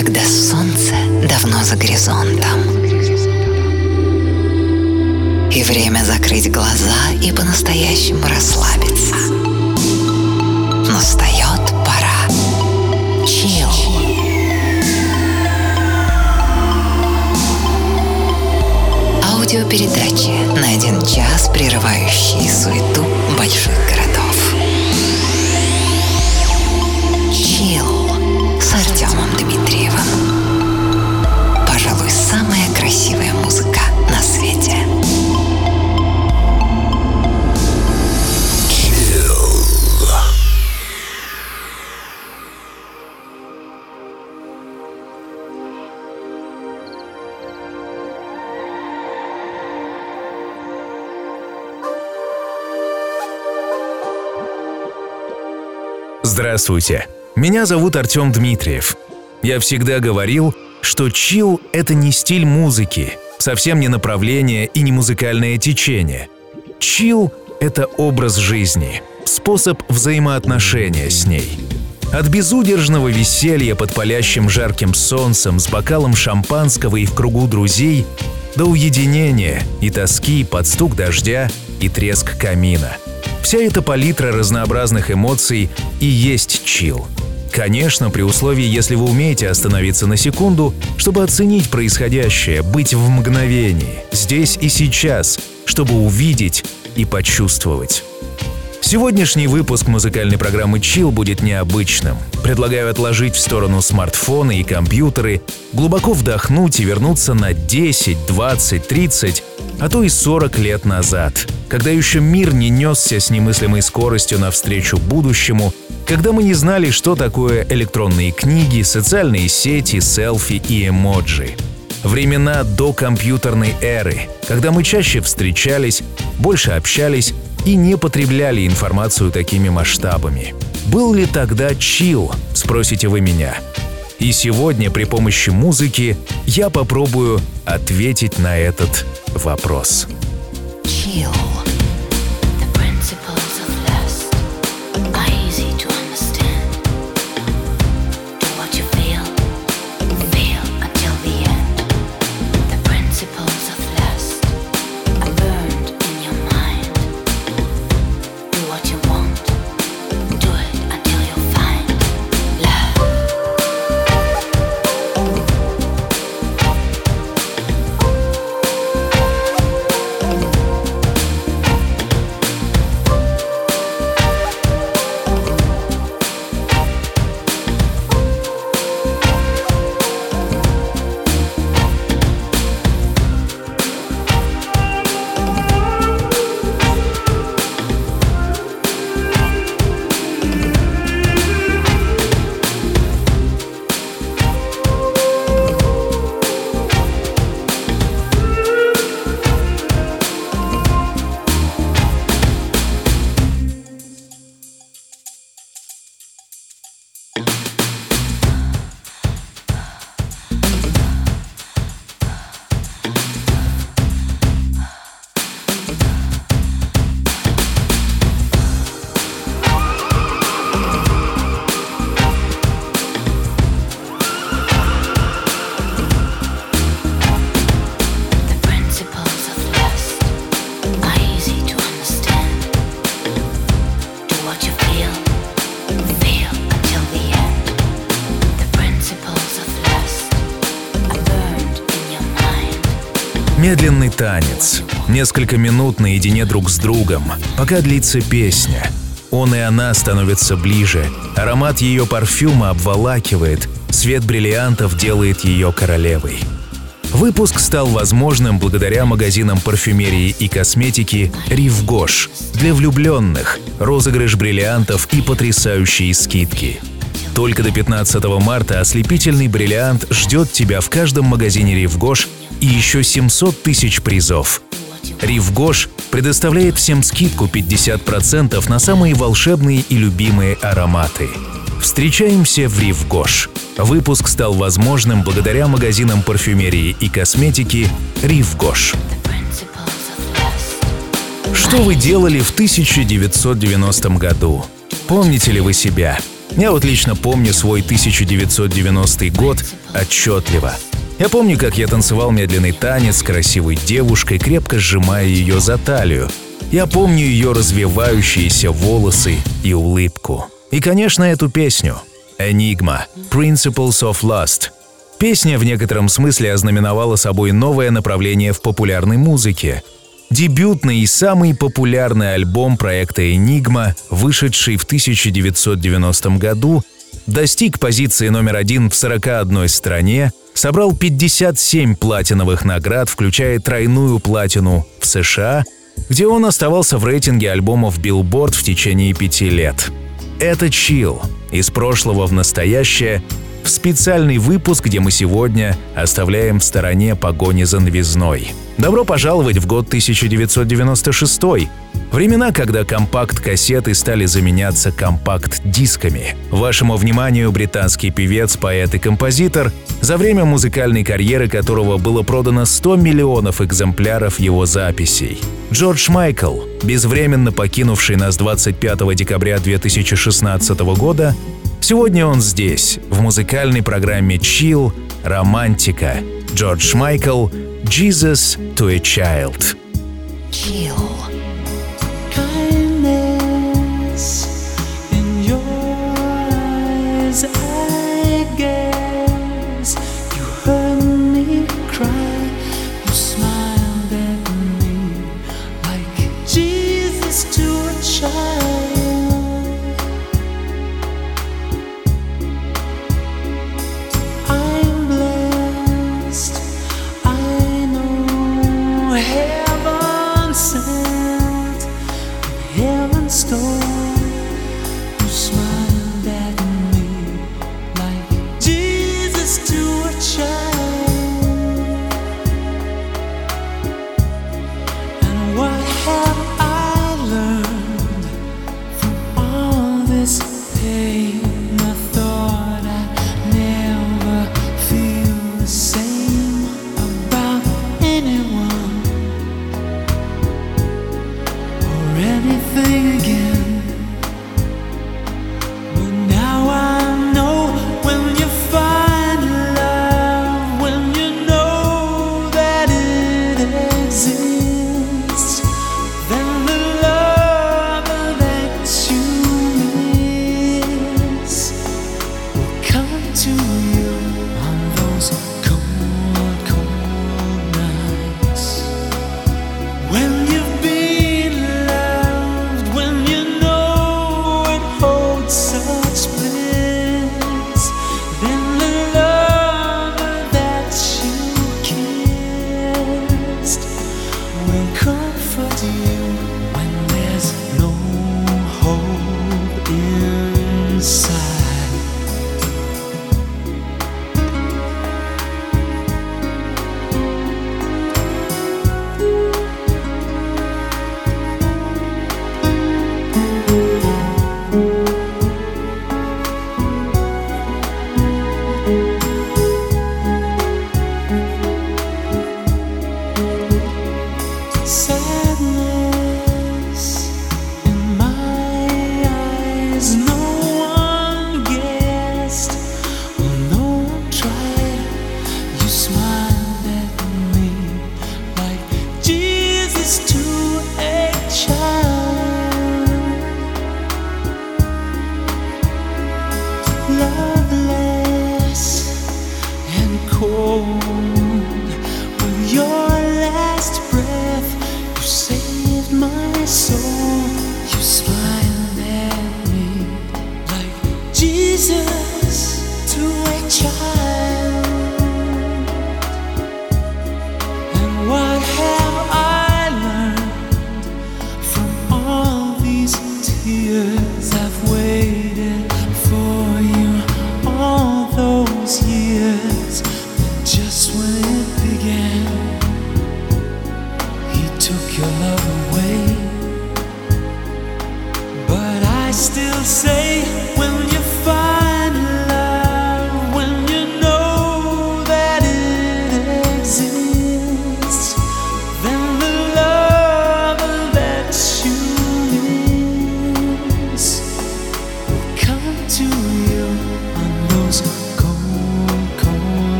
когда солнце давно за горизонтом. И время закрыть глаза и по-настоящему расслабиться. Настает пора. Чил. Аудиопередачи на 1 час, прерывающие суету больших городов. Чил с Артемом Дмитриевым. Пожалуй, самая красивая музыка на свете. Здравствуйте, меня зовут Артем Дмитриев. Я всегда говорил, что чил — это не стиль музыки, совсем не направление и не музыкальное течение. Чил — это образ жизни, способ взаимоотношения с ней. От безудержного веселья под палящим жарким солнцем с бокалом шампанского и в кругу друзей до уединения и тоски под стук дождя и треск камина. Вся эта палитра разнообразных эмоций и есть чил. Конечно, при условии, если вы умеете остановиться на секунду, чтобы оценить происходящее, быть в мгновении, здесь и сейчас, чтобы увидеть и почувствовать. Сегодняшний выпуск музыкальной программы «Чил» будет необычным. Предлагаю отложить в сторону смартфоны и компьютеры, глубоко вдохнуть и вернуться на 10, 20, 30, а то и 40 лет назад, когда еще мир не несся с немыслимой скоростью навстречу будущему, когда мы не знали, что такое электронные книги, социальные сети, селфи и эмоджи. Времена до компьютерной эры, когда мы чаще встречались, больше общались и не потребляли информацию такими масштабами. Был ли тогда чил, спросите вы меня? И сегодня при помощи музыки я попробую ответить на этот вопрос. Чил. Медленный танец, несколько минут наедине друг с другом, пока длится песня. Он и она становятся ближе, аромат ее парфюма обволакивает, свет бриллиантов делает ее королевой. Выпуск стал возможным благодаря магазинам парфюмерии и косметики «Рив Гош» для влюбленных, розыгрыш бриллиантов и потрясающие скидки. Только до 15 марта ослепительный бриллиант ждет тебя в каждом магазине «Рив Гош» и еще 700 тысяч призов. Рив Гош предоставляет всем скидку 50% на самые волшебные и любимые ароматы. Встречаемся в Рив Гош. Выпуск стал возможным благодаря магазинам парфюмерии и косметики «Рив Гош». Что вы делали в 1990 году? Помните ли вы себя? Я вот лично помню свой 1990 год отчетливо. Я помню, как я танцевал медленный танец с красивой девушкой, крепко сжимая ее за талию. Я помню ее развивающиеся волосы и улыбку. И, конечно, эту песню «Enigma» «Principles of Lust». Песня в некотором смысле ознаменовала собой новое направление в популярной музыке. Дебютный и самый популярный альбом проекта Enigma, вышедший в 1990 году, достиг позиции номер 1 в 41 стране, собрал 57 платиновых наград, включая тройную платину в США, где он оставался в рейтинге альбомов Billboard в течение 5 лет. Это Chill из прошлого в настоящее, в специальный выпуск, где мы сегодня оставляем в стороне погони за новизной. Добро пожаловать в год 1996. Времена, когда компакт-кассеты стали заменяться компакт-дисками. Вашему вниманию британский певец, поэт и композитор, за время музыкальной карьеры которого было продано 100 миллионов экземпляров его записей. Джордж Майкл, безвременно покинувший нас 25 декабря 2016 года, сегодня он здесь, в музыкальной программе Chill «Романтика». Джордж Майкл «Jesus to a Child». Chill. Kindness in your eyes, I guess. You heard me cry, you smiled at me like Jesus to a child. I'm blessed, I know heaven sent.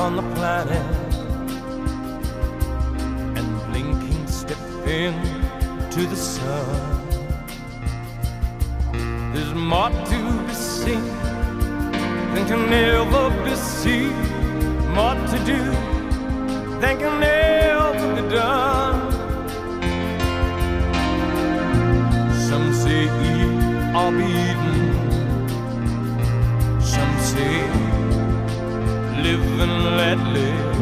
on the planet, and blinking step into the sun. There's more to be seen than can ever be seen, more to do than can ever be done. Some say eat or be eaten, some say live and let live,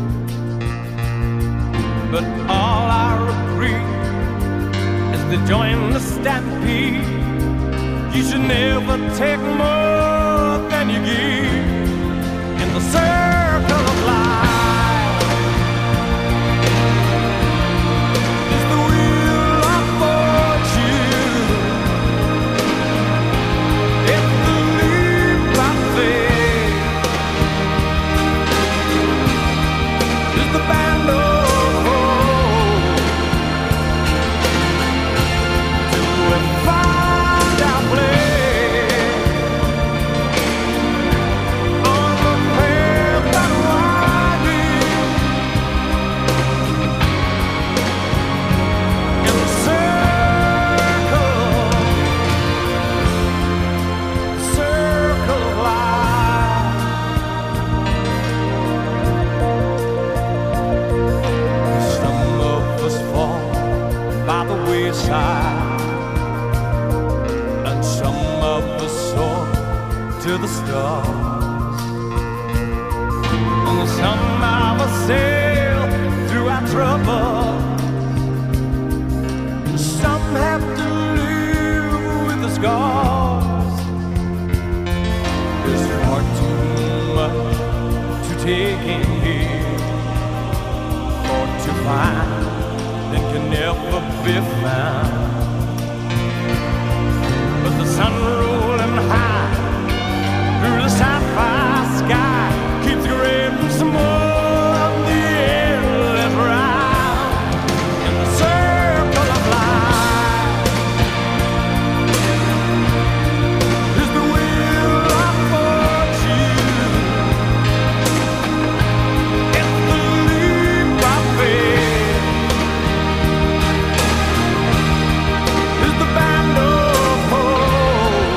but all I agree is to join the stampede. You should never take more than you give in the circle of life. It's the wheel of fortune, it's the leap of faith, it's the band of hope. Do it find our place on the path that winding in the circle of life. Some of us fall by the wayside, and some of us soar to the stars, and some of us sail through our trouble. Some have to live with the scars. There's far too much to take in here, or to find that can never be found. But the sun rolling high through the sapphire sky keeps grading some more of the endless round in the circle of life. Is the wheel of fortune, it's the leap of faith, is the band of hope.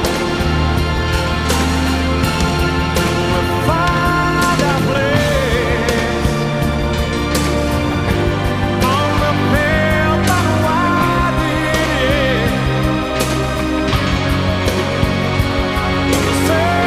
We'll find our place on the path that winding in the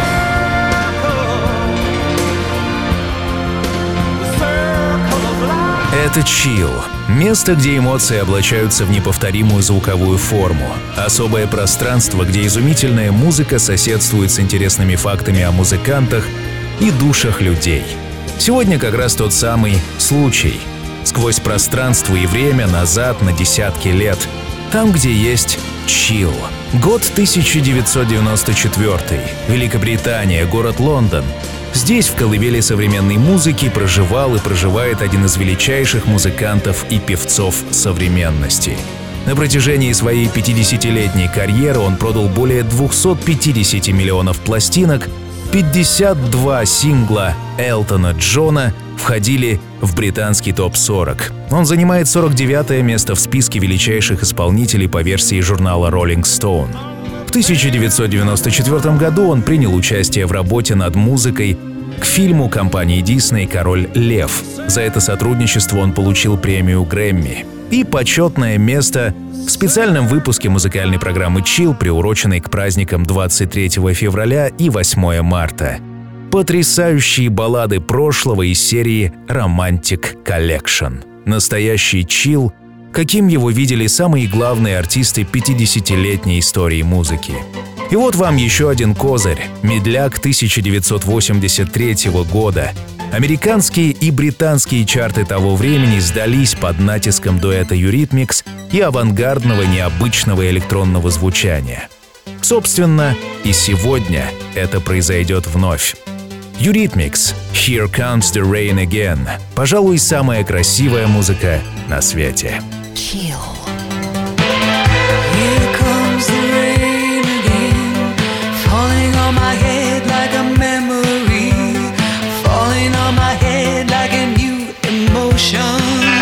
circle of life. Это чилл. Место, где эмоции облачаются в неповторимую звуковую форму. Особое пространство, где изумительная музыка соседствует с интересными фактами о музыкантах и душах людей. Сегодня как раз тот самый случай. Сквозь пространство и время назад на десятки лет. Там, где есть чилл. Год 1994. Великобритания, город Лондон. Здесь, в колыбели современной музыки, проживал и проживает один из величайших музыкантов и певцов современности. На протяжении своей 50-летней карьеры он продал более 250 миллионов пластинок, 52 сингла Элтона Джона входили в британский топ-40. Он занимает 49-е место в списке величайших исполнителей по версии журнала Rolling Stone. В 1994 году он принял участие в работе над музыкой к фильму компании Disney «Король Лев». За это сотрудничество он получил премию Грэмми и почетное место в специальном выпуске музыкальной программы «Чилл», приуроченной к праздникам 23 февраля и 8 марта. Потрясающие баллады прошлого из серии «Romantic Collection». Настоящий чилл, каким его видели самые главные артисты 50-летней истории музыки. И вот вам еще один козырь – медляк 1983 года. Американские и британские чарты того времени сдались под натиском дуэта Eurythmics и авангардного необычного электронного звучания. Собственно, и сегодня это произойдет вновь. Eurythmics «Here Comes the Rain Again» – пожалуй, самая красивая музыка на свете. Chill. Here comes the rain again, falling on my head like a memory, falling falling on my head like a new emotion.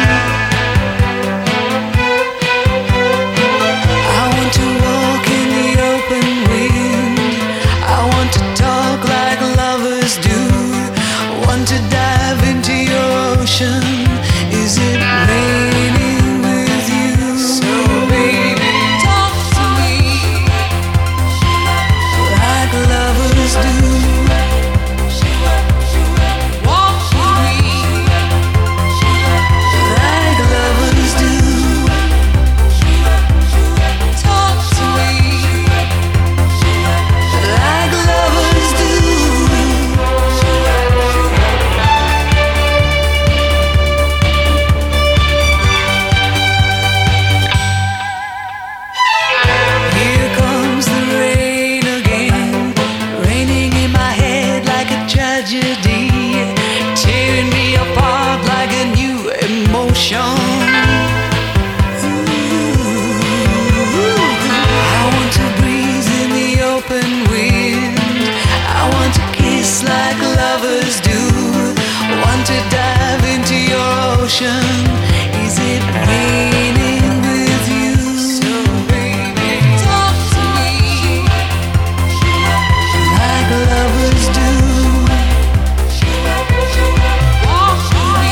I want to walk in the open wind. I want to talk like lovers do. Want to dive into your ocean. Is it raining with you? So baby, talk to me like lovers do. Walk with me like lovers do. Talk to me like lovers do. Here comes the rain again, raining in my head like a tragedy, tearing me apart like a new emotion. I want to breathe in the open wind. I want to kiss like lovers do. Want to dive into your ocean. Is it raining with you? So baby, talk to me like lovers do. Walk with me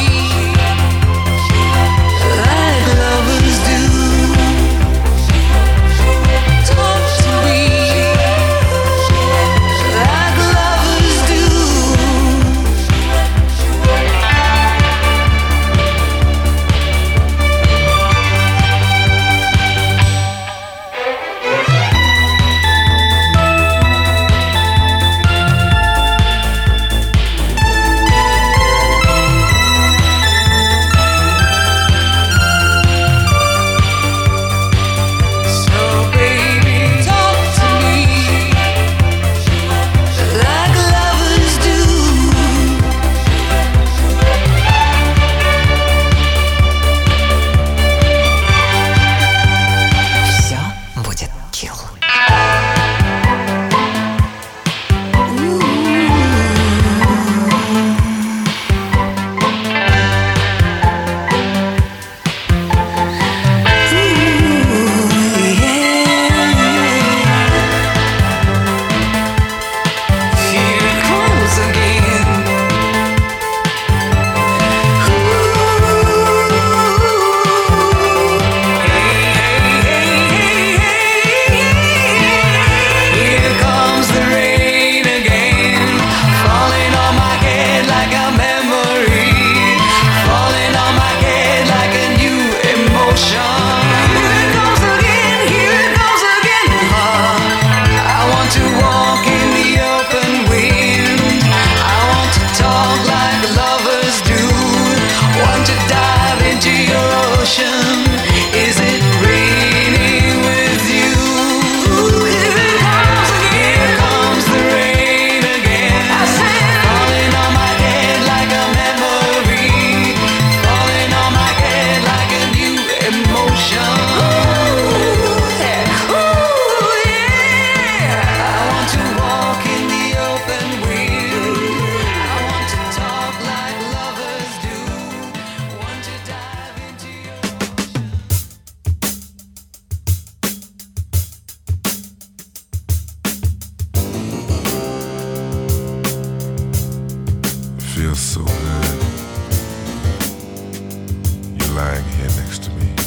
like lovers do. Talk to me like lovers do. So baby, talk to me like lovers do. Все будет чил. Here it comes again. Here comes the rain again, falling on my head like a memory, falling on my head like a new emotion. Here it goes again, here it goes again. I want to walk in the open wind. I want to talk like lovers do. Want to dive into your ocean. Is it raining with you? Here it comes again. Here comes the rain again. I said, falling on my head like a memory, falling on my head like a new emotion. Ooh, yeah. I want to walk in the open wind. I want to talk like lovers do. Want to dive into your Feels so good. You're lying here next to me.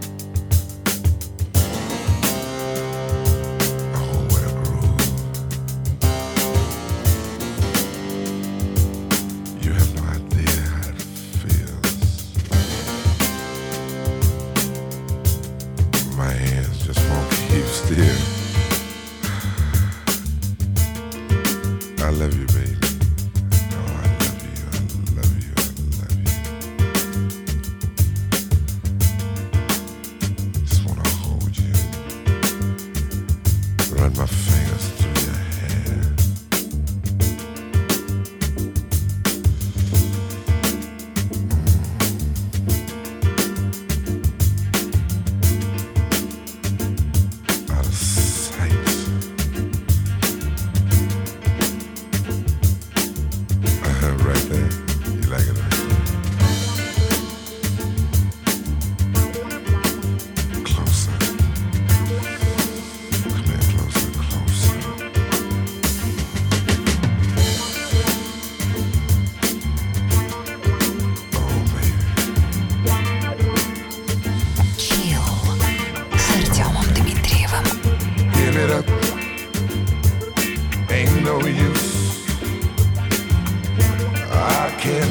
Oh, what a groove. You have no idea how it feels. My hands just won't keep still. I love you, baby. Oh, I love you, I love you, I love you.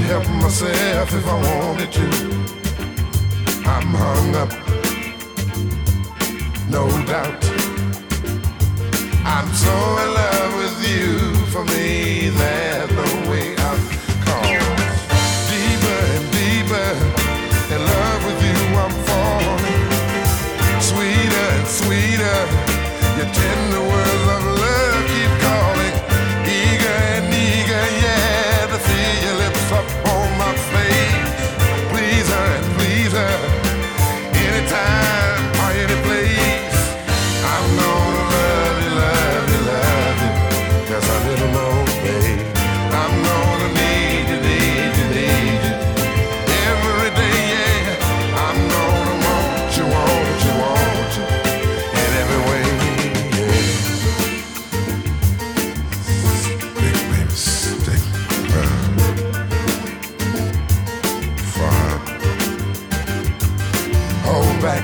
help myself if I wanted to. I'm hung up, no doubt. I'm so in love with you. For me, there's no way out. 'Cause deeper and deeper in love with you, I'm falling. Sweeter and sweeter, your tender words of love keep calling. Eager and eager, yeah, to feel your lips up on my face. Please her and please her, anytime or any place. I'm gonna love you, love you, love you, just a little more, babe. I'm gonna need you, need you, need you, every day, yeah. I'm gonna want you, want you, want you, in every way, yeah. Stick, baby, stick around. Fine. Hold back.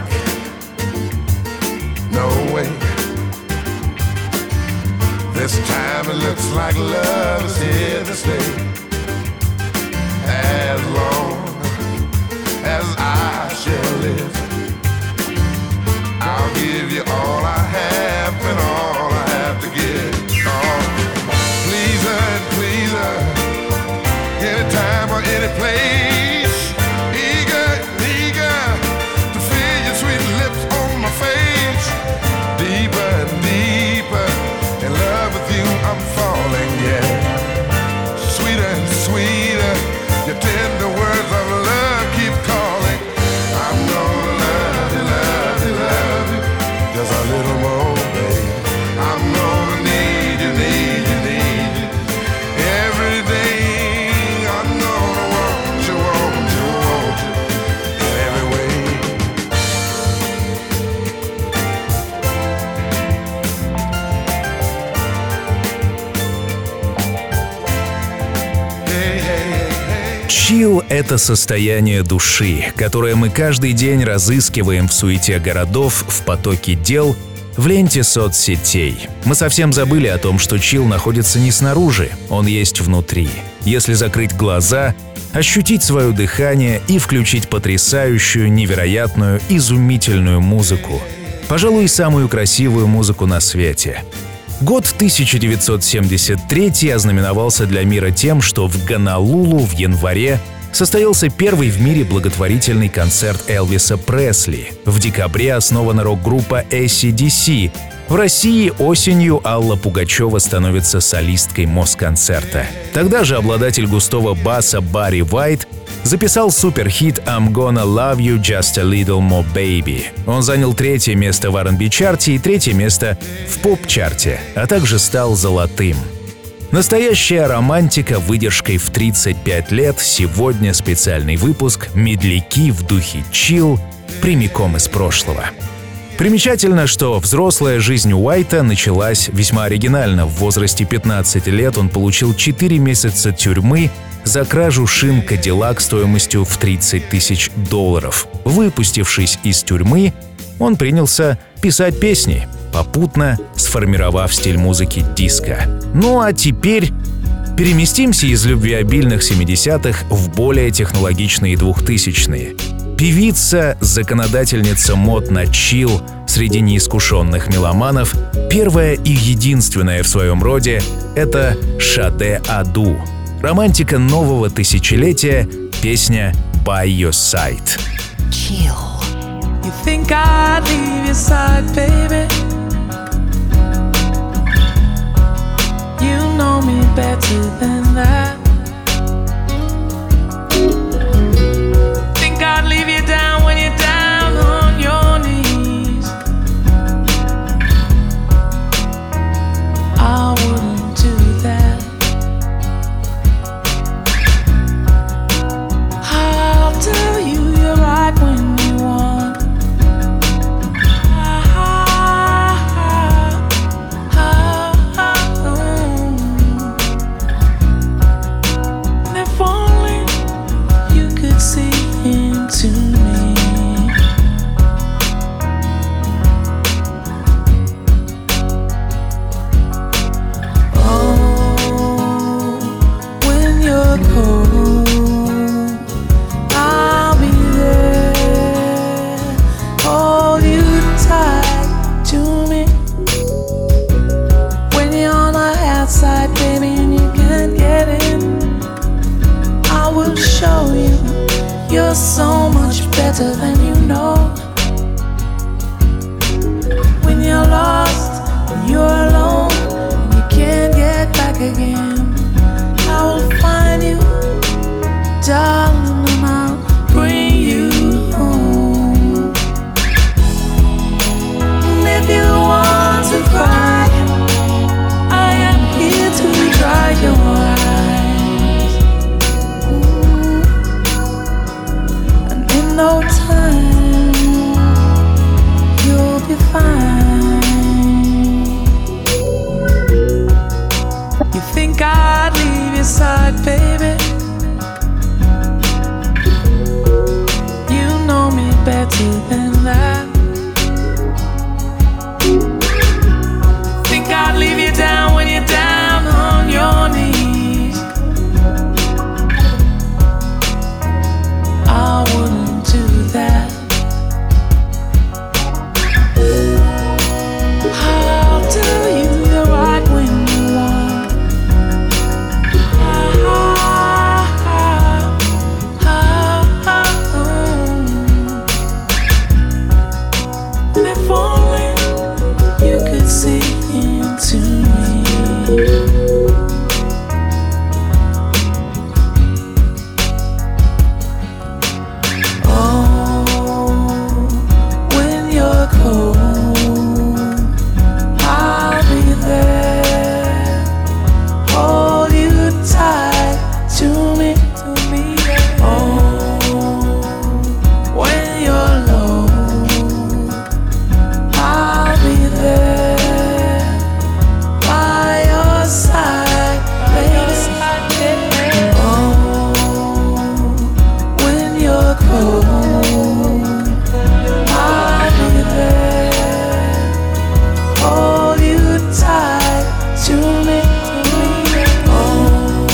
No way. This time it looks like love is here to stay. As long as I shall live, I'll give you all I have and all I have to give. Oh, please her and please her, anytime or any place. Eager, eager to feel your sweet lips on my face. Deeper and deeper in love with you, I'm falling, yeah. Sweeter and sweeter, your tender words of love keep calling. I'm gonna love you, love you, love you, just a little more, babe. I'm gonna need you, need you, need you, every day. I'm gonna want you, want you, want you, in every way. Hey, hey, hey, hey. Чил — это состояние души, которое мы каждый день разыскиваем в суете городов, в потоке дел, в ленте соцсетей. Мы совсем забыли о том, что чил находится не снаружи, он есть внутри. Если закрыть глаза, ощутить свое дыхание и включить потрясающую, невероятную, изумительную музыку. Пожалуй, самую красивую музыку на свете. Год 1973 ознаменовался для мира тем, что в Гонолулу в январе состоялся первый в мире благотворительный концерт Элвиса Пресли. В декабре основана рок-группа AC/DC. В России осенью Алла Пугачева становится солисткой Москонцерта. Тогда же обладатель густого баса Барри Уайт записал суперхит «I'm Gonna Love You Just a Little More Baby». Он занял 3-е место в R&B-чарте и 3-е место в поп-чарте, а также стал золотым. Настоящая романтика выдержкой в 35 лет. Сегодня специальный выпуск «Медляки в духе чил» прямиком из прошлого. Примечательно, что взрослая жизнь Уайта началась весьма оригинально. В возрасте 15 лет он получил 4 месяца тюрьмы за кражу шин Кадиллак стоимостью в $30 тысяч. Выпустившись из тюрьмы, он принялся писать песни, попутно сформировав стиль музыки диско. Ну а теперь переместимся из любвеобильных 70-х в более технологичные 2000-е. Певица, законодательница мод на чил среди неискушенных меломанов, первая и единственная в своем роде — это Шаде Аду. Романтика нового тысячелетия, песня «By Your Side». Chill. You think I'd leave your side, baby? You know me better than that. Think I'd leave you down when you're down on your knees? I wouldn't do that. I'll tell you you're right when you want. If only you could see into me. Oh, when you're cold will show you you're so much better than you know. When you're lost, when you're alone, and you can't get back again, I will find you, darling, and I'll bring you home. And if you want to cry, I am here to dry your eyes. And in no time, you'll be fine. You think I'd leave your side, baby? You know me better than that. Think I'd leave you down when you're down on your knees? I wouldn't do that. I'll tell you you're right when you want. And if only you could see into me. Oh, when you're cold, I'll be there. Hold you tight to me, yeah. Oh, when you're low, I'll be there by your side, baby. Oh, when you're cold, I'll be there. Hold you tight to me. Oh,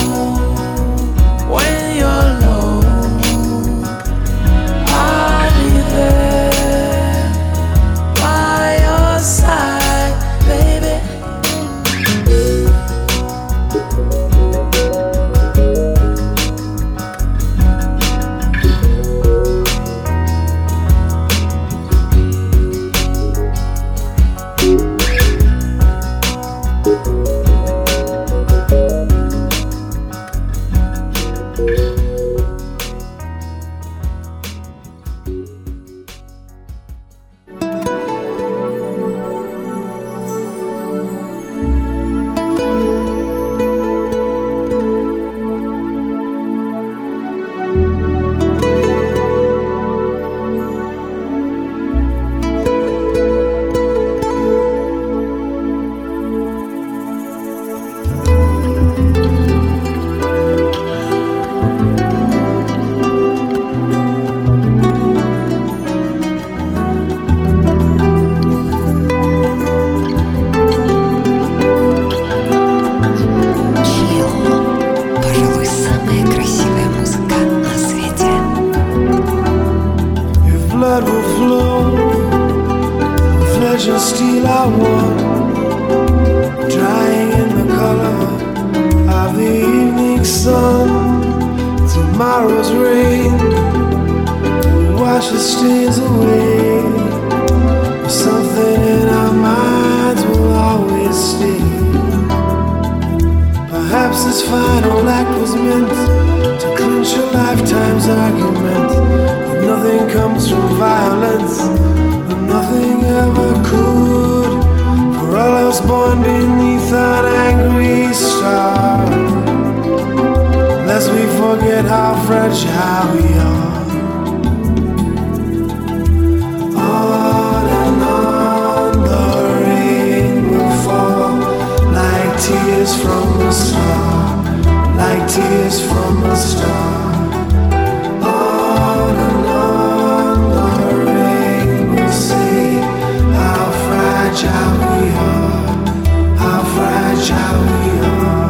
when you're low, I'll be there by your side, baby. Chill. Пожалуй, самая красивая музыка на свете. If blood will flow, flesh and steel I want, drying in the color of the evening sun. Tomorrow's rain will wash the stains away. Something in our minds will always stay. Perhaps this final act was meant to clinch a lifetime's argument. But nothing comes from violence, and nothing ever could. For all us born beneath an angry star, lest we forget how fragile we are. On and on the rain will fall like tears from a star, like tears from a star. On and on the rain will say how fragile we are, how fragile we are.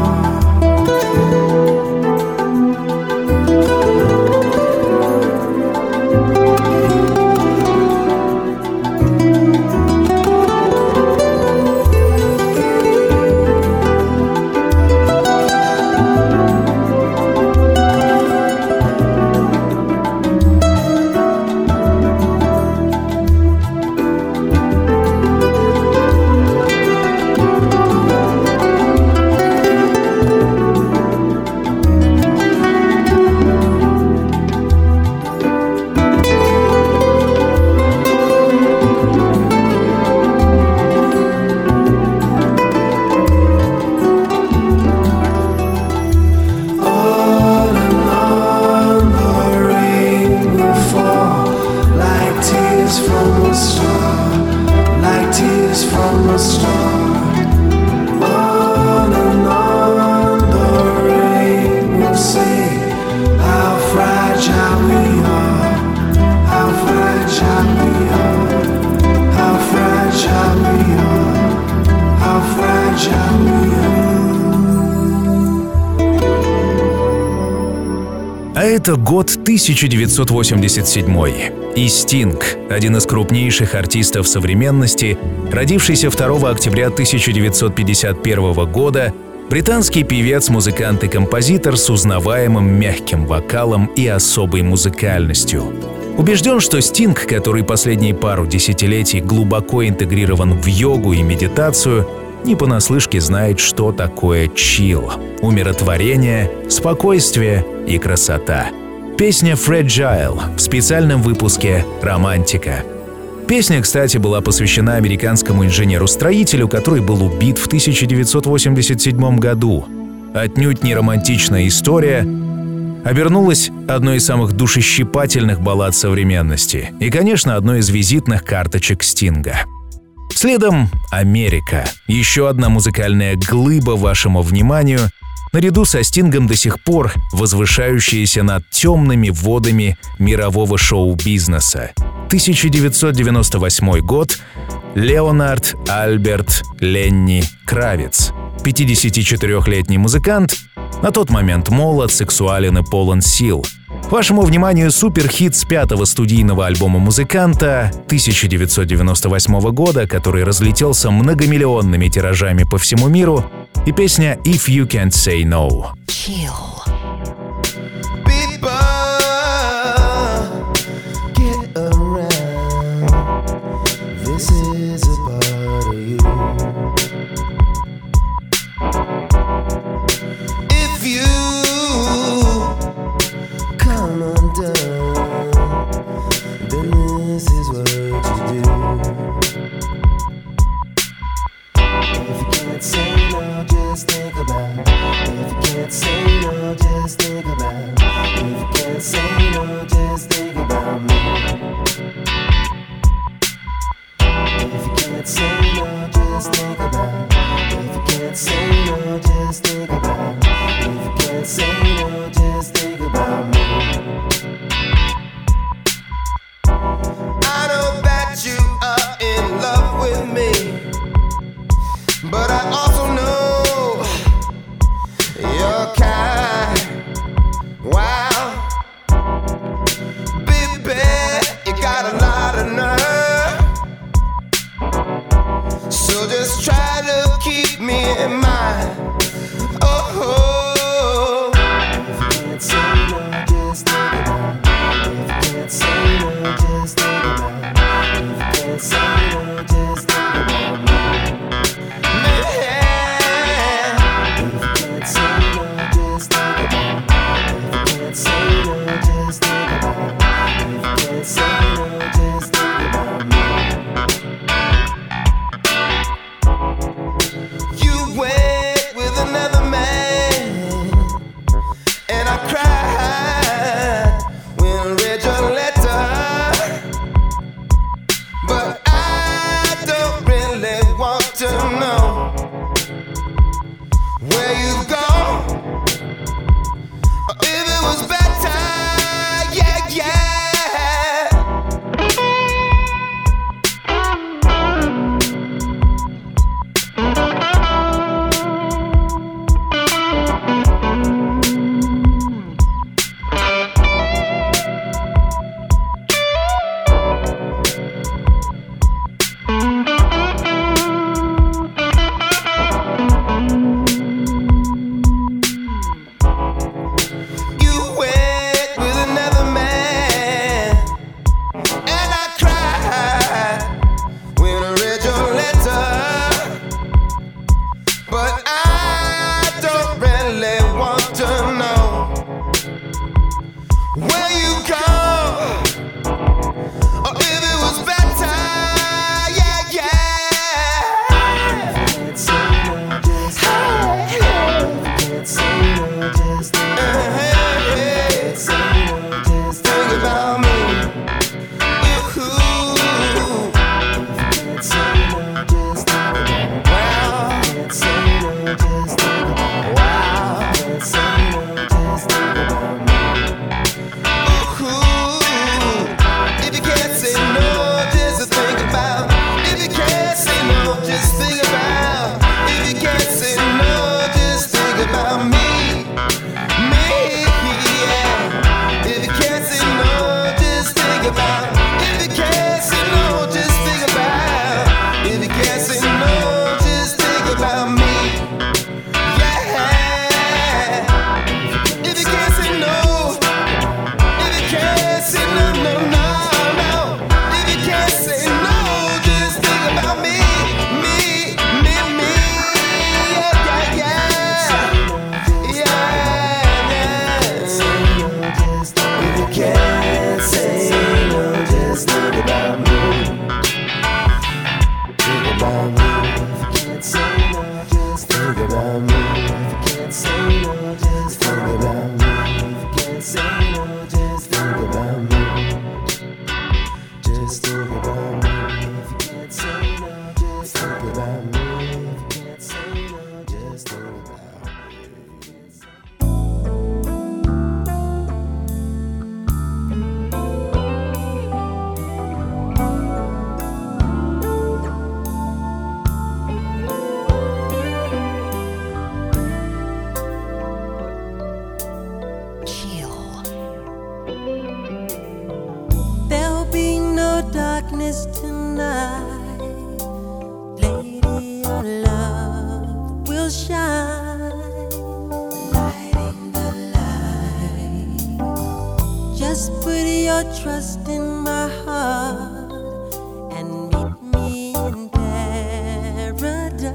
А это год 1987. И Стинг, один из крупнейших артистов современности, родившийся 2 октября 1951 года, британский певец, музыкант и композитор с узнаваемым мягким вокалом и особой музыкальностью. Убежден, что Стинг, который последние пару десятилетий глубоко интегрирован в йогу и медитацию, не понаслышке знает, что такое чилл — умиротворение, спокойствие и красота. Песня «Fragile» в специальном выпуске «Романтика». Песня, кстати, была посвящена американскому инженеру-строителю, который был убит в 1987 году. Отнюдь не романтичная история обернулась одной из самых душещипательных баллад современности и, конечно, одной из визитных карточек Стинга. Следом «Америка» — еще одна музыкальная глыба вашему вниманию, наряду со Стингом до сих пор возвышающаяся над темными водами мирового шоу-бизнеса. 1998 год. Леонард Альберт Ленни Кравиц. 54-летний музыкант, на тот момент молод, сексуален и полон сил. Вашему вниманию суперхит с 5-го студийного альбома музыканта 1998 года, который разлетелся многомиллионными тиражами по всему миру, и песня «If You Can't Say No». Chill. This is a part of you. If you come undone, then this is what you do. If you can't say no, just think about it. If you can't say no, just think about it. If you can't say no, just think about me. If you can't say no, just think about it. If you can't say no, just think about it. If you can't say no, just think about me. I know that you are in love with me, but I also know you're kind. Wow, baby, you got a lot of nerve. So just try to keep me in mind. Oh, if you can't say no, just think about it. If you can't say no, just think about it. If you can't say no, just think about me. Man, if you can't say no, just think about it. If you can't say no, just think about it. If you can't say no, just think about me. You went with another man, and I cried when I read your letter. But I don't really want to know where you've gone, or if it was better, yeah, yeah. You went with another man, and I cried when I read your letter. But I don't really want to know where you go, or if it was better, yeah, yeah. If you can't say no, just think about me. Ooh. If you can't say no, just think about it. Wow. If you can't say no, just think about it. Wow. If you can't say no, just think about me. Ooh. If you can't say no, just think about it. If you can't say no, just think about it. If you can't say no, just think about me. Me, yeah. darkness tonight, lady, your love will shine, lighting the light. Just put your trust in my heart and meet me in paradise.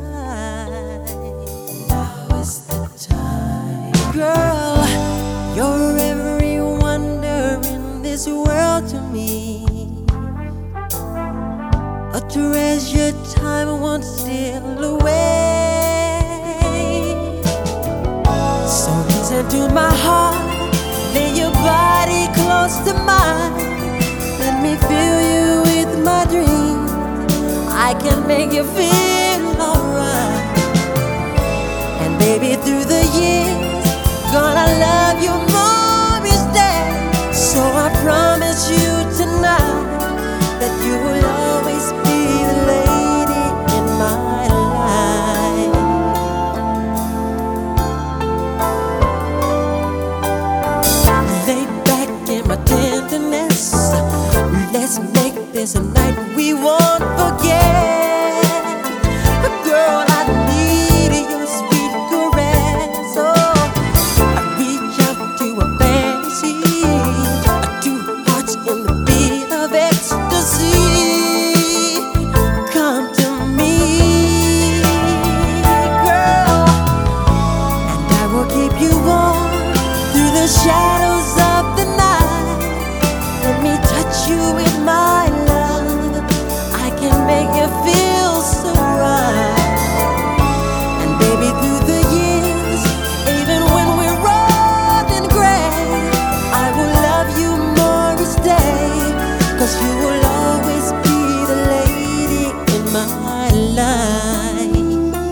Now is the time, girl. You're every wonder in this world to me, a treasured time won't steal away. So listen to my heart, lay your body close to mine. Let me fill you with my dreams, I can make you feel alright. And baby, through the years, gonna love you more each day. So I promise you tonight that you will always be the lady in my life. Lay back in my tenderness, let's make this a night we won't forget. Girl, I need your sweet caress. Oh, I reach out to a fantasy, two hearts in the beat of ecstasy. Come to me, girl, and I will keep you warm through the shadows of the night. Let me touch you with my love, I can make you feel so right. And baby, through the years, even when we're old and gray, I will love you more each day, 'cause you will always be the lady in my life.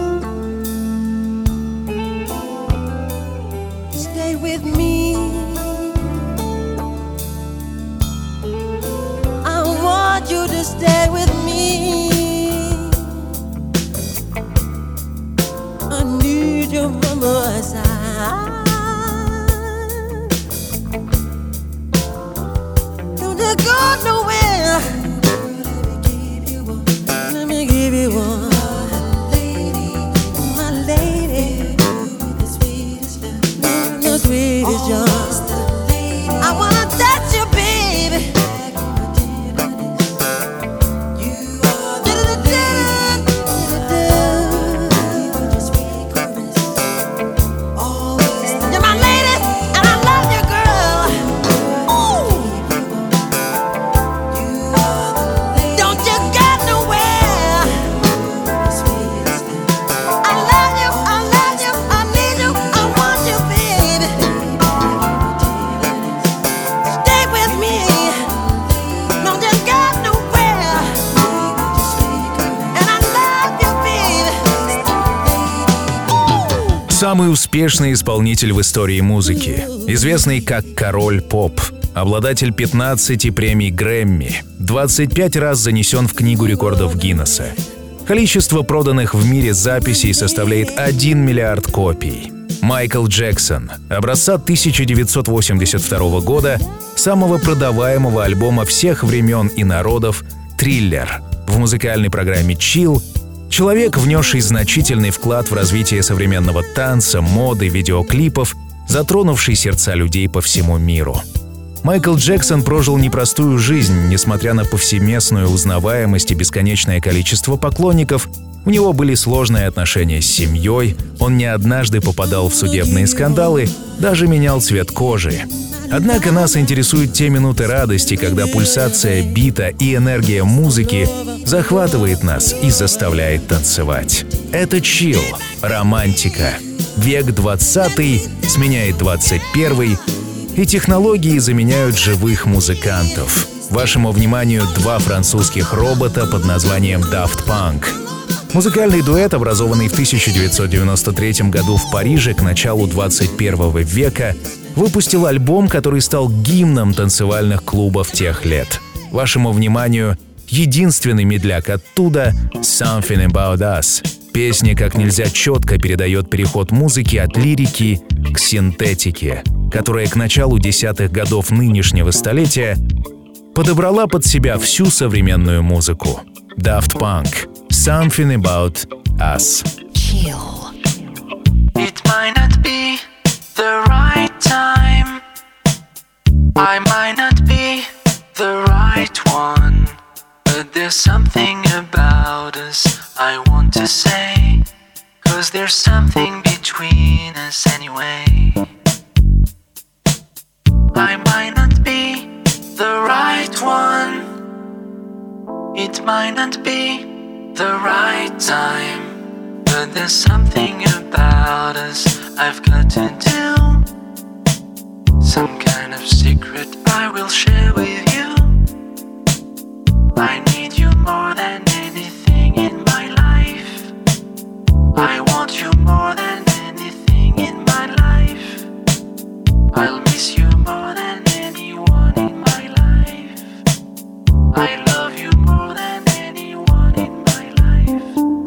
Stay with me, I want you to stay with me. I need you by my side. Don't you go nowhere. Let me give you one. My lady, the sweetest young. I wanna touch you, baby. You're my lady, and I love you, girl. Ooh. Don't you go nowhere. I love you, I need you, I want you, baby. Stay with me. Don't you go nowhere. And I love you, baby. Самый успешный исполнитель в истории музыки, известный как король поп, обладатель 15 премий Грэмми, 25 раз занесен в Книгу рекордов Гиннесса. Количество проданных в мире записей составляет 1 миллиард копий. Майкл Джексон, образца 1982 года, самого продаваемого альбома всех времен и народов «Триллер». В музыкальной программе «Chill» человек, внесший значительный вклад в развитие современного танца, моды, видеоклипов, затронувший сердца людей по всему миру. Майкл Джексон прожил непростую жизнь, несмотря на повсеместную узнаваемость и бесконечное количество поклонников. У него были сложные отношения с семьей, он не однажды попадал в судебные скандалы, даже менял цвет кожи. Однако нас интересуют те минуты радости, когда пульсация бита и энергия музыки захватывает нас и заставляет танцевать. Это чилл, романтика. Век 20 сменяет 21, и технологии заменяют живых музыкантов. Вашему вниманию два французских робота под названием Daft Punk. Музыкальный дуэт, образованный в 1993 году в Париже к началу 21 века, выпустил альбом, который стал гимном танцевальных клубов тех лет. Вашему вниманию единственный медляк оттуда — «Something About Us». Песня как нельзя четко передает переход музыки от лирики к синтетике, которая к началу десятых годов нынешнего столетия подобрала под себя всю современную музыку. Daft Punk. Something About Us. Chill. It might not be the right time. I might not be the right one. But there's something about us I want to say. 'Cause there's something between us anyway. I might not be the right one. It might not be the right time. But there's something about us I've got to do. Some kind of secret I will share with you. I need you more than anything in my life. I want you more than anything in my life. I'll miss you more than anyone in my life. I love you more than anyone in my life.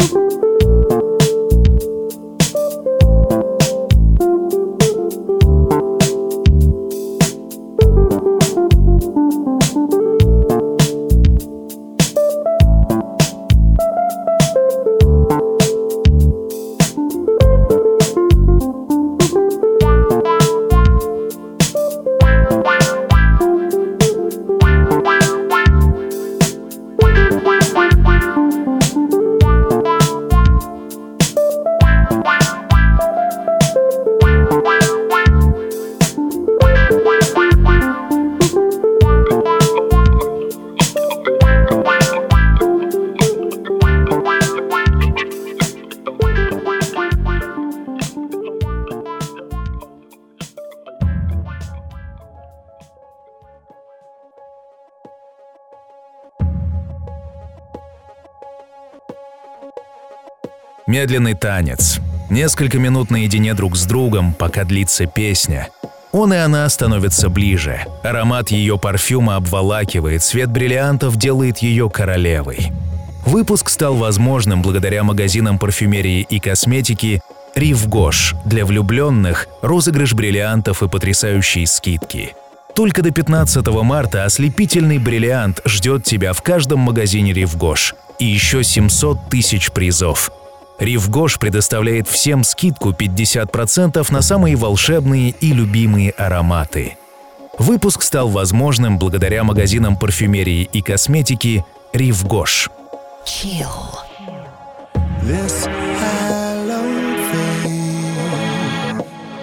Медленный танец. Несколько минут наедине друг с другом, пока длится песня. Он и она становятся ближе. Аромат ее парфюма обволакивает, свет бриллиантов делает ее королевой. Выпуск стал возможным благодаря магазинам парфюмерии и косметики Rive Gauche. Для влюбленных розыгрыш бриллиантов и потрясающие скидки. Только до 15 марта ослепительный бриллиант ждет тебя в каждом магазине Rive Gauche. И еще 700 тысяч призов. Rive Gauche предоставляет всем скидку 50% на самые волшебные и любимые ароматы. Выпуск стал возможным благодаря магазинам парфюмерии и косметики Rive Gauche. Chill. This hallowed thing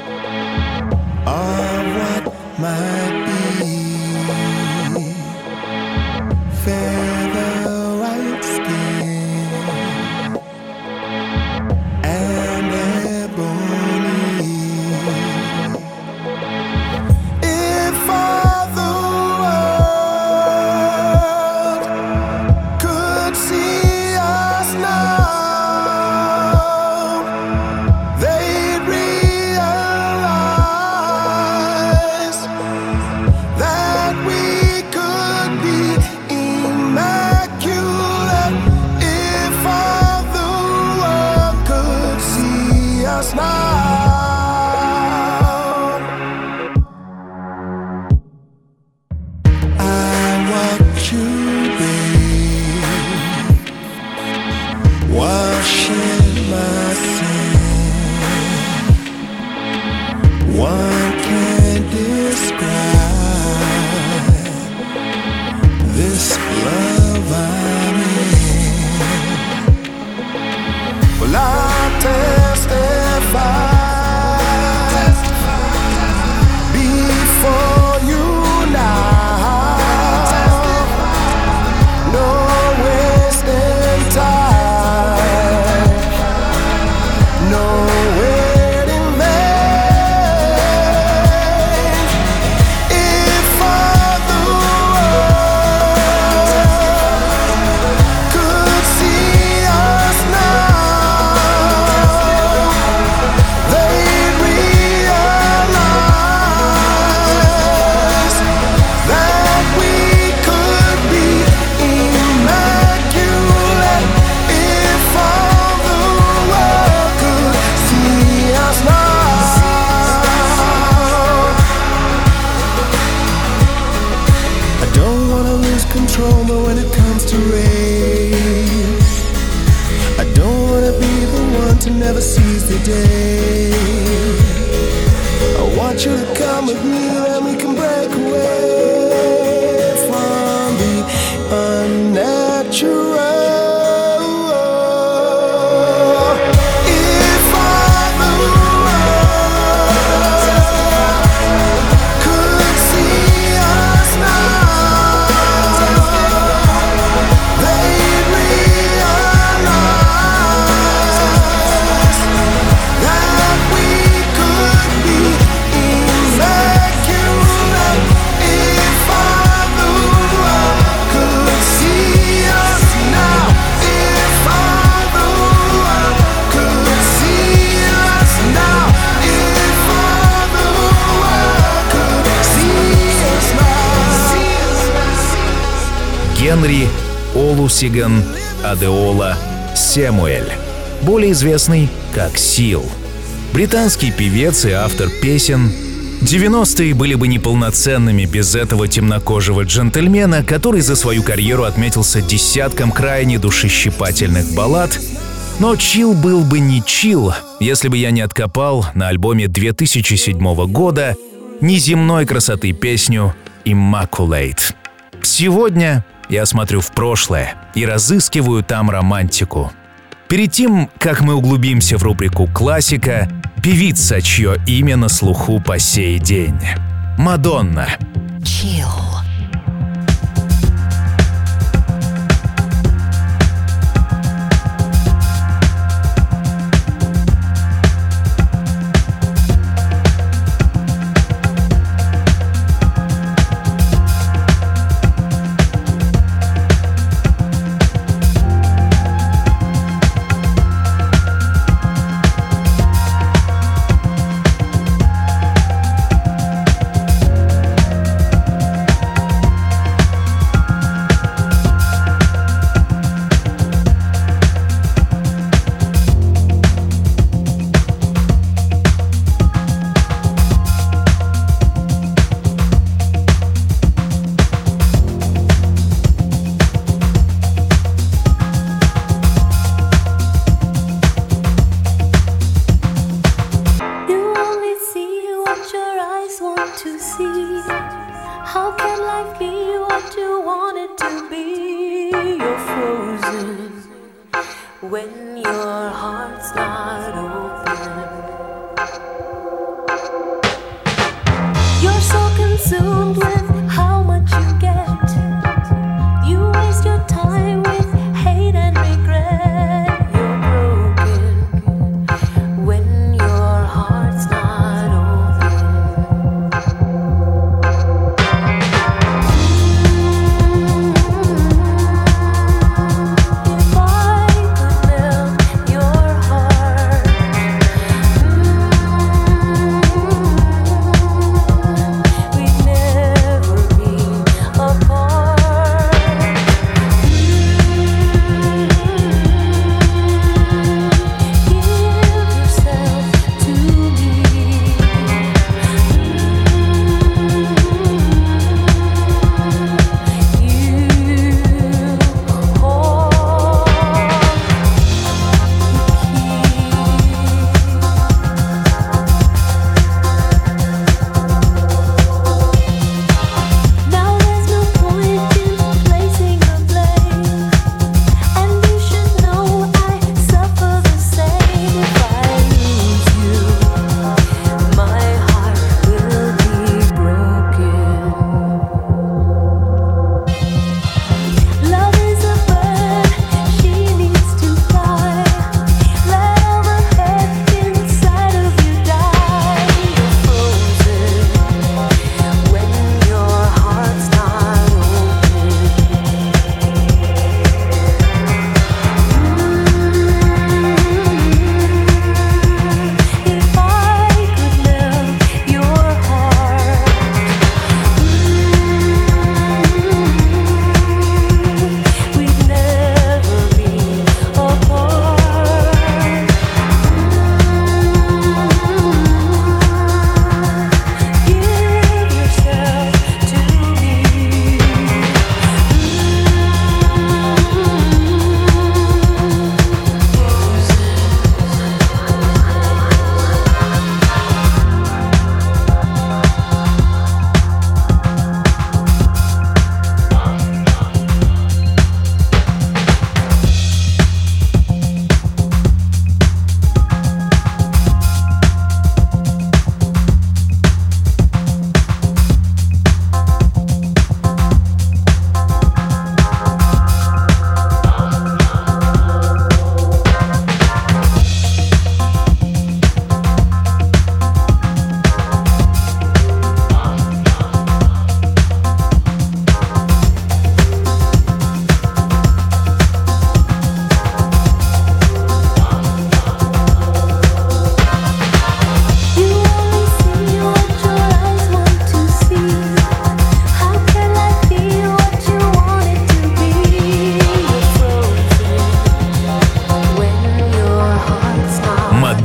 of what might be, feather white skin and ebony. If all the world could see us now, they'd realize that we could be in control, but when it comes to rain, I don't wanna be the one to never seize the day. I want you to come with me, then we can break away from the unnatural. Генри Олусиган Адеола Сэмуэль, более известный как Сил. Британский певец и автор песен. 90-е были бы неполноценными без этого темнокожего джентльмена, который за свою карьеру отметился десятком крайне душещипательных баллад. Но чил был бы не чил, если бы я не откопал на альбоме 2007 года неземной красоты песню «Immaculate». Сегодня я смотрю в прошлое и разыскиваю там романтику. Перед тем, как мы углубимся в рубрику «Классика», певица, чье имя на слуху по сей день — Мадонна. Chill. When your heart's not open, you're so consumed with how much you get. You waste your time with hate and regret. You're broken when your heart's not open. If I could melt your heart.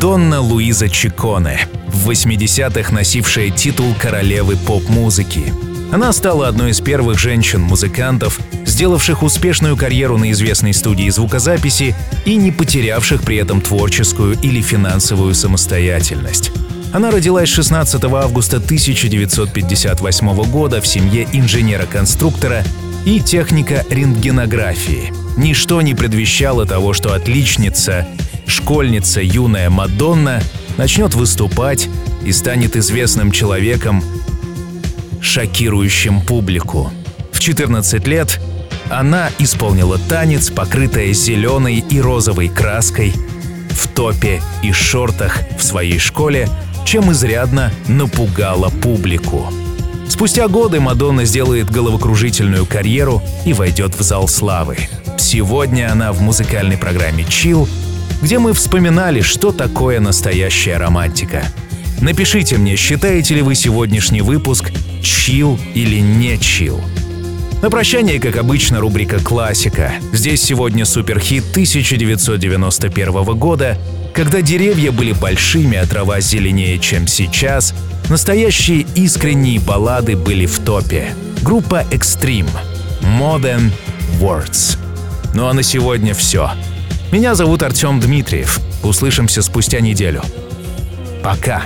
Мадонна Луиза Чиконе, в 80-х носившая титул королевы поп-музыки. Она стала одной из первых женщин-музыкантов, сделавших успешную карьеру на известной студии звукозаписи и не потерявших при этом творческую или финансовую самостоятельность. Она родилась 16 августа 1958 года в семье инженера-конструктора и техника рентгенографии. Ничто не предвещало того, что отличница, школьница юная Мадонна начнет выступать и станет известным человеком, шокирующим публику. В 14 лет она исполнила танец, покрытая зеленой и розовой краской, в топе и шортах в своей школе, чем изрядно напугала публику. Спустя годы Мадонна сделает головокружительную карьеру и войдет в зал славы. Сегодня она в музыкальной программе Chill, где мы вспоминали, что такое настоящая романтика. Напишите мне, считаете ли вы сегодняшний выпуск chill или не chill. На прощание, как обычно, рубрика «Классика». Здесь сегодня суперхит 1991 года, когда деревья были большими, а трава зеленее, чем сейчас. Настоящие искренние баллады были в топе. Группа Extreme. More Than Words. Ну а на сегодня все. Меня зовут Артем Дмитриев. Услышимся спустя неделю. Пока.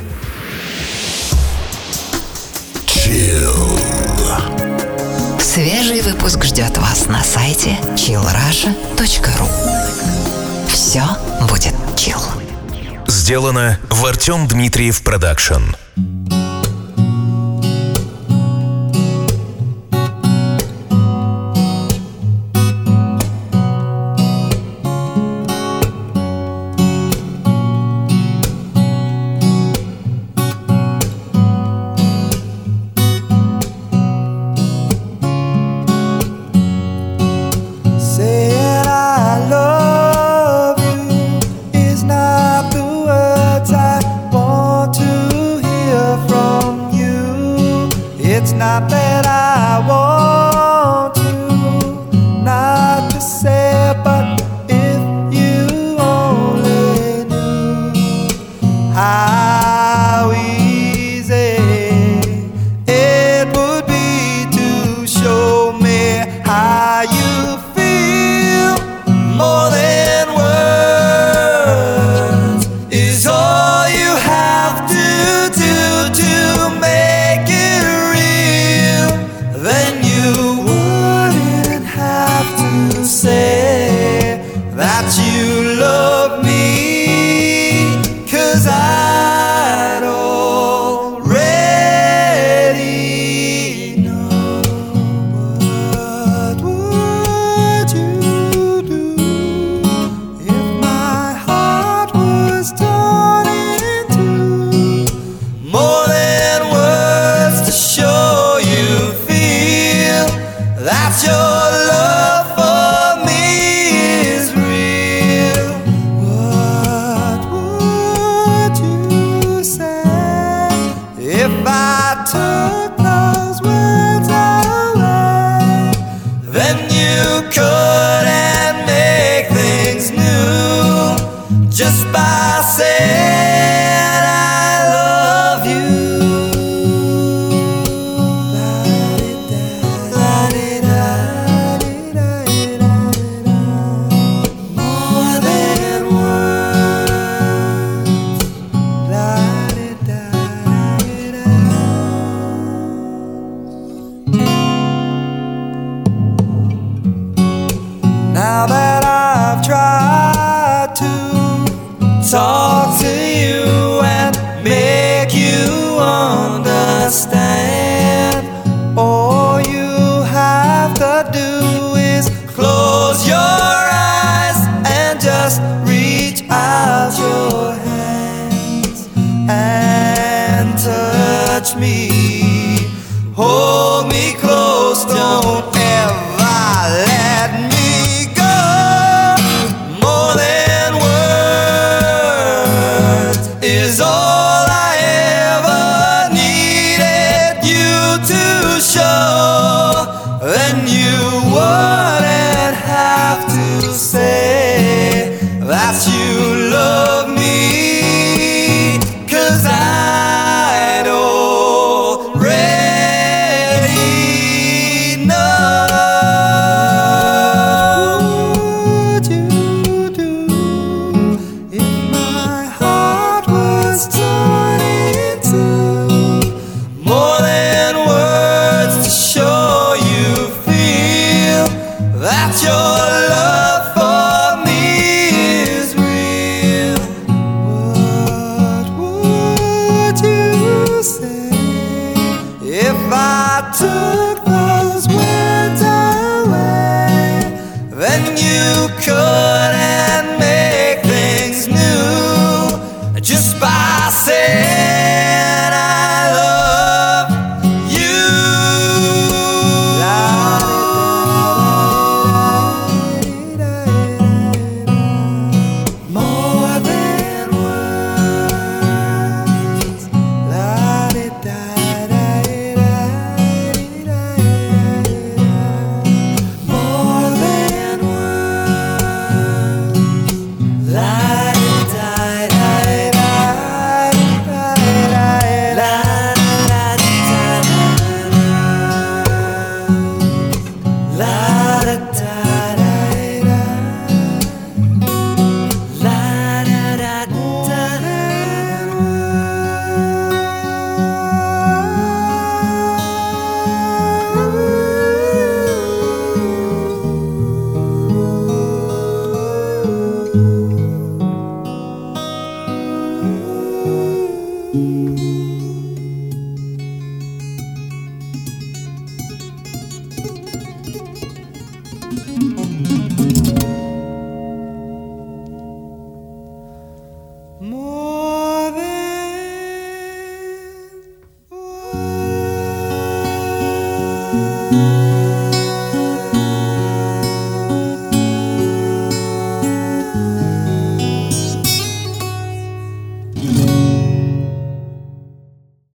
Свежий выпуск ждет вас на сайте chillrusha.ru. Все будет chill. Сделано в Артем Дмитриев Продакшн. Saying I love you is not the words I want to hear from you. It's not that I want you not to say, but if you only knew how easy it would be to show me how you feel. More than words is all you have to do to make it real. Then you wouldn't have to say that you love me, 'cause I'd already know. What would you do if my heart was torn in two? More than words to show you feel that you're